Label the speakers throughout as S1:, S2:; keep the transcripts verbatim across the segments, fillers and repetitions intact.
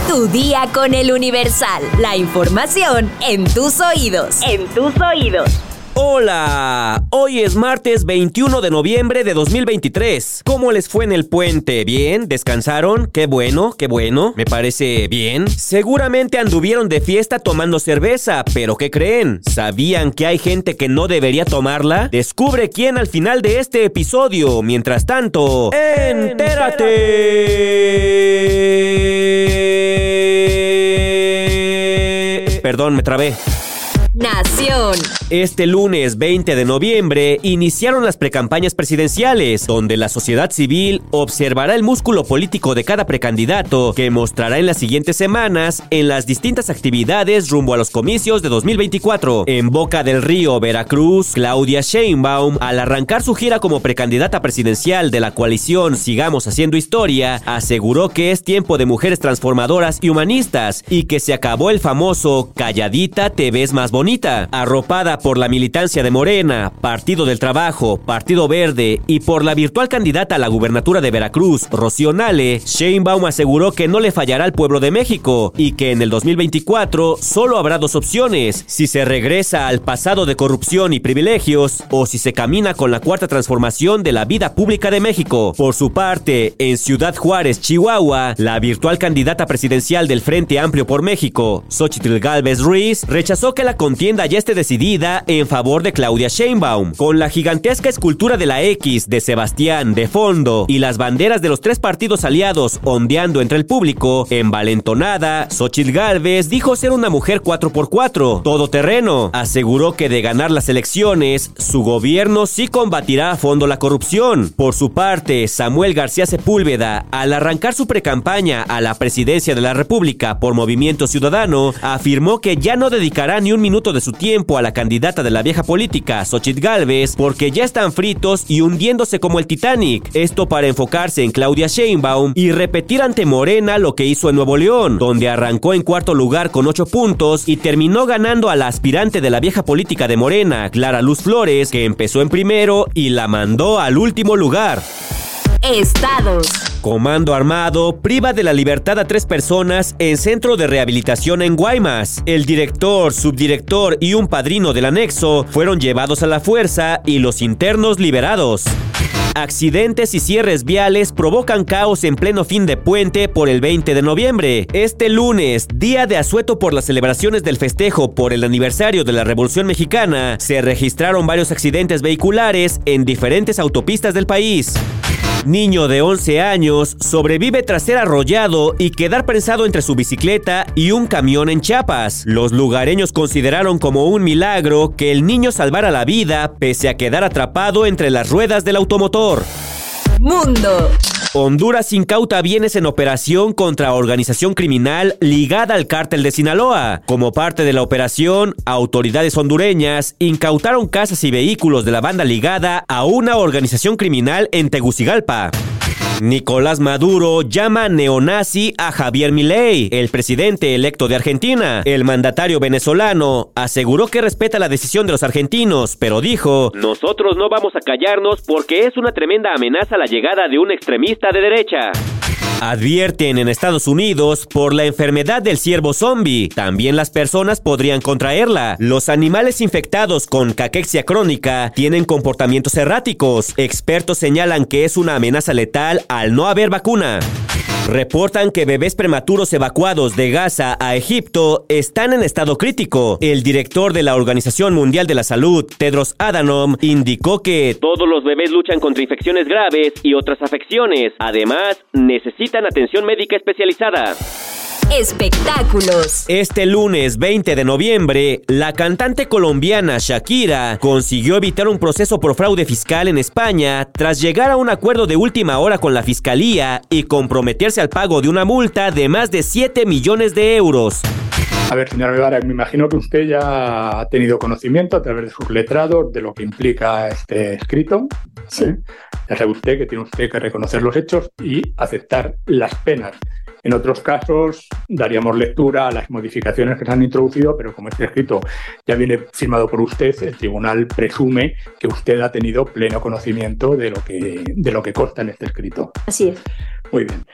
S1: Tu día con el Universal. La información en tus oídos. En tus oídos.
S2: Hola, hoy es martes veintiuno de noviembre de dos mil veintitrés. ¿Cómo les fue en el puente? ¿Bien? ¿Descansaron? Qué bueno, qué bueno. Me parece bien. Seguramente anduvieron de fiesta tomando cerveza, pero ¿qué creen? ¿Sabían que hay gente que no debería tomarla? Descubre quién al final de este episodio. Mientras tanto, ¡entérate! Perdón, me trabé.
S1: Nación.
S2: Este lunes veinte de noviembre iniciaron las precampañas presidenciales, donde la sociedad civil observará el músculo político de cada precandidato, que mostrará en las siguientes semanas en las distintas actividades rumbo a los comicios de dos mil veinticuatro. En Boca del Río, Veracruz, Claudia Sheinbaum, al arrancar su gira como precandidata presidencial de la coalición Sigamos Haciendo Historia, aseguró que es tiempo de mujeres transformadoras y humanistas, y que se acabó el famoso "calladita te ves más bonita". Arropada por la militancia de Morena, Partido del Trabajo, Partido Verde y por la virtual candidata a la gubernatura de Veracruz, Rocío Nale, Sheinbaum aseguró que no le fallará al pueblo de México y que en el dos mil veinticuatro solo habrá dos opciones: si se regresa al pasado de corrupción y privilegios o si se camina con la cuarta transformación de la vida pública de México. Por su parte, en Ciudad Juárez, Chihuahua, la virtual candidata presidencial del Frente Amplio por México, Xóchitl Gálvez Ruiz, rechazó que la contienda ya esté decidida en favor de Claudia Sheinbaum. Con la gigantesca escultura de la X de Sebastián de fondo y las banderas de los tres partidos aliados ondeando entre el público, envalentonada, Xóchitl Gálvez dijo ser una mujer cuatro por cuatro, todoterreno. Aseguró que de ganar las elecciones, su gobierno sí combatirá a fondo la corrupción. Por su parte, Samuel García Sepúlveda, al arrancar su precampaña a la presidencia de la República por Movimiento Ciudadano, afirmó que ya no dedicará ni un minuto de su tiempo a la candidata de la vieja política, Xóchitl Gálvez, porque ya están fritos y hundiéndose como el Titanic. Esto para enfocarse en Claudia Sheinbaum y repetir ante Morena lo que hizo en Nuevo León, donde arrancó en cuarto lugar con ocho puntos y terminó ganando a la aspirante de la vieja política de Morena, Clara Luz Flores, que empezó en primero y la mandó al último lugar.
S1: Estados.
S2: Comando Armado priva de la libertad a tres personas en centro de rehabilitación en Guaymas. El director, subdirector y un padrino del anexo fueron llevados a la fuerza y los internos liberados. Accidentes y cierres viales provocan caos en pleno fin de puente por el veinte de noviembre. Este lunes, día de asueto por las celebraciones del festejo por el aniversario de la Revolución Mexicana, se registraron varios accidentes vehiculares en diferentes autopistas del país. Niño de once años sobrevive tras ser arrollado y quedar prensado entre su bicicleta y un camión en Chiapas. Los lugareños consideraron como un milagro que el niño salvara la vida pese a quedar atrapado entre las ruedas del automotor.
S1: Mundo.
S2: Honduras incauta bienes en operación contra organización criminal ligada al cártel de Sinaloa. Como parte de la operación, autoridades hondureñas incautaron casas y vehículos de la banda ligada a una organización criminal en Tegucigalpa. Nicolás Maduro llama neonazi a Javier Milei, el presidente electo de Argentina. El mandatario venezolano aseguró que respeta la decisión de los argentinos, pero dijo: "Nosotros no vamos a callarnos porque es una tremenda amenaza la llegada de un extremista de derecha". Advierten en Estados Unidos por la enfermedad del ciervo zombie. También las personas podrían contraerla. Los animales infectados con caquexia crónica tienen comportamientos erráticos. Expertos señalan que es una amenaza letal al no haber vacuna. Reportan que bebés prematuros evacuados de Gaza a Egipto están en estado crítico. El director de la Organización Mundial de la Salud, Tedros Adhanom, indicó que todos los bebés luchan contra infecciones graves y otras afecciones. Además, necesitan atención médica especializada.
S1: Espectáculos.
S2: Este lunes veinte de noviembre, la cantante colombiana Shakira consiguió evitar un proceso por fraude fiscal en España tras llegar a un acuerdo de última hora con la fiscalía y comprometerse al pago de una multa de más de siete millones de euros.
S3: A ver, señora Guevara, me imagino que usted ya ha tenido conocimiento a través de sus letrados de lo que implica este escrito. Sí. Ya sabe usted que tiene usted que reconocer los hechos y aceptar las penas. En otros casos daríamos lectura a las modificaciones que se han introducido, pero como este escrito ya viene firmado por usted, el tribunal presume que usted ha tenido pleno conocimiento de lo que, de lo que consta en este escrito.
S4: Así es.
S3: Muy bien.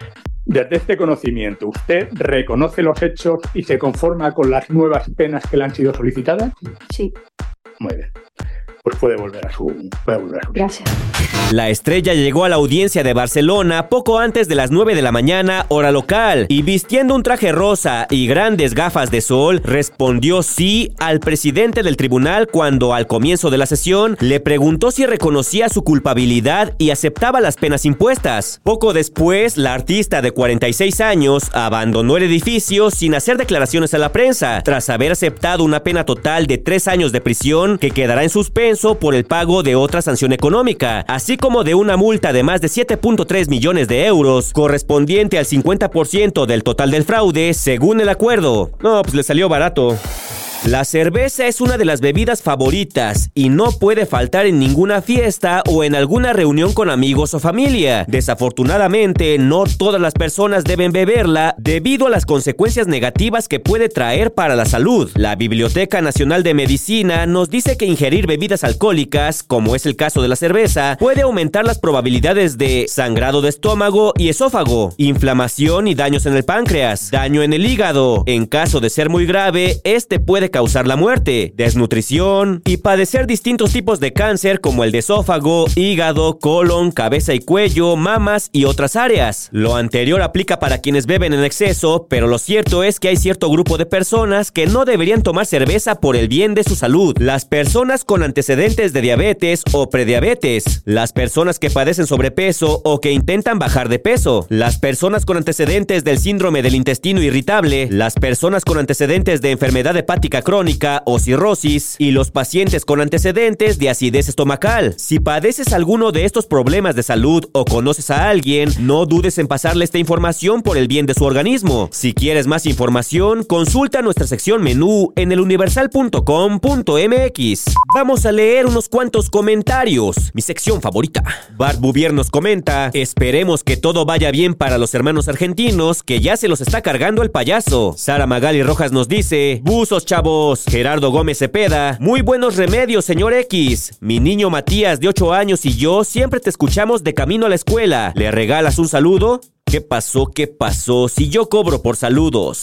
S3: Desde este conocimiento, ¿usted reconoce los hechos y se conforma con las nuevas penas que le han sido solicitadas?
S4: Sí.
S3: Muy bien. Pues puede volver a su... Puede volver a su...
S4: Gracias.
S2: La estrella llegó a la audiencia de Barcelona poco antes de las nueve de la mañana, hora local, y vistiendo un traje rosa y grandes gafas de sol, respondió sí al presidente del tribunal cuando, al comienzo de la sesión, le preguntó si reconocía su culpabilidad y aceptaba las penas impuestas. Poco después, la artista de cuarenta y seis años abandonó el edificio sin hacer declaraciones a la prensa, tras haber aceptado una pena total de tres años de prisión que quedará en suspenso por el pago de otra sanción económica, así como de una multa de más de siete punto tres millones de euros, correspondiente al cincuenta por ciento del total del fraude, según el acuerdo. No, pues le salió barato. La cerveza es una de las bebidas favoritas y no puede faltar en ninguna fiesta o en alguna reunión con amigos o familia. Desafortunadamente, no todas las personas deben beberla debido a las consecuencias negativas que puede traer para la salud. La Biblioteca Nacional de Medicina nos dice que ingerir bebidas alcohólicas, como es el caso de la cerveza, puede aumentar las probabilidades de sangrado de estómago y esófago, inflamación y daños en el páncreas, daño en el hígado. En caso de ser muy grave, este puede causar la muerte, desnutrición y padecer distintos tipos de cáncer como el de esófago, hígado, colon, cabeza y cuello, mamas y otras áreas. Lo anterior aplica para quienes beben en exceso, pero lo cierto es que hay cierto grupo de personas que no deberían tomar cerveza por el bien de su salud. Las personas con antecedentes de diabetes o prediabetes, las personas que padecen sobrepeso o que intentan bajar de peso, las personas con antecedentes del síndrome del intestino irritable, las personas con antecedentes de enfermedad hepática crónica o cirrosis y los pacientes con antecedentes de acidez estomacal. Si padeces alguno de estos problemas de salud o conoces a alguien, no dudes en pasarle esta información por el bien de su organismo. Si quieres más información, consulta nuestra sección menú en el universal punto com punto m x. Vamos a leer unos cuantos comentarios. Mi sección favorita. Bart Bouvier nos comenta: esperemos que todo vaya bien para los hermanos argentinos, que ya se los está cargando el payaso. Sara Magali Rojas nos dice: buzos, chavos. Gerardo Gómez Cepeda: muy buenos remedios, señor X. Mi niño Matías, de ocho años, y yo siempre te escuchamos de camino a la escuela. ¿Le regalas un saludo? ¿Qué pasó? ¿Qué pasó? Si yo cobro por saludos.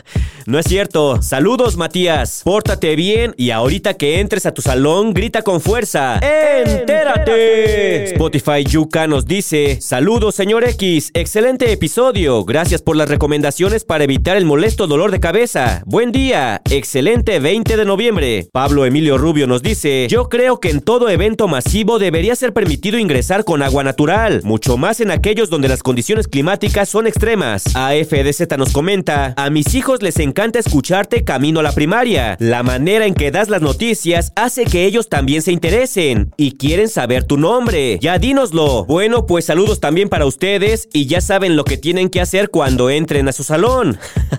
S2: No es cierto. Saludos, Matías. Pórtate bien y ahorita que entres a tu salón, grita con fuerza: ¡entérate! Spotify Yuka nos dice: saludos, señor X. Excelente episodio. Gracias por las recomendaciones para evitar el molesto dolor de cabeza. Buen día. Excelente veinte de noviembre. Pablo Emilio Rubio nos dice: yo creo que en todo evento masivo debería ser permitido ingresar con agua natural, mucho más en aquellos donde las condiciones climáticas son extremas. A F D Z nos comenta: a mis hijos les encanta escucharte camino a la primaria. La manera en que das las noticias hace que ellos también se interesen y quieren saber tu nombre. Ya dínoslo. Bueno, pues saludos también para ustedes y ya saben lo que tienen que hacer cuando entren a su salón.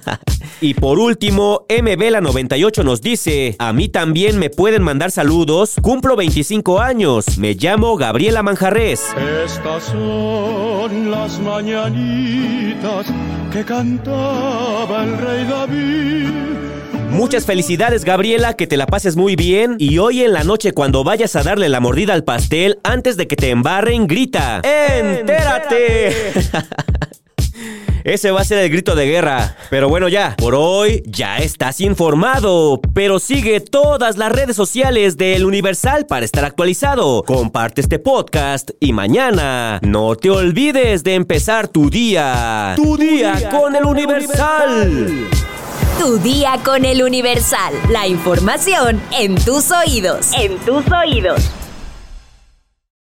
S2: Y por último, M Vela noventa y ocho nos dice: a mí también me pueden mandar saludos. Cumplo veinticinco años. Me llamo Gabriela Manjarres.
S5: Estas son las mañanitas que cantaba el rey David.
S2: Muchas felicidades, Gabriela, que te la pases muy bien. Y hoy en la noche, cuando vayas a darle la mordida al pastel, antes de que te embarren, grita: ¡entérate! Ese va a ser el grito de guerra. Pero bueno, ya, por hoy ya estás informado. Pero sigue todas las redes sociales del Universal para estar actualizado. Comparte este podcast y mañana no te olvides de empezar tu día. Tu día con el Universal.
S1: Tu día con el Universal. La información en tus oídos. En tus oídos.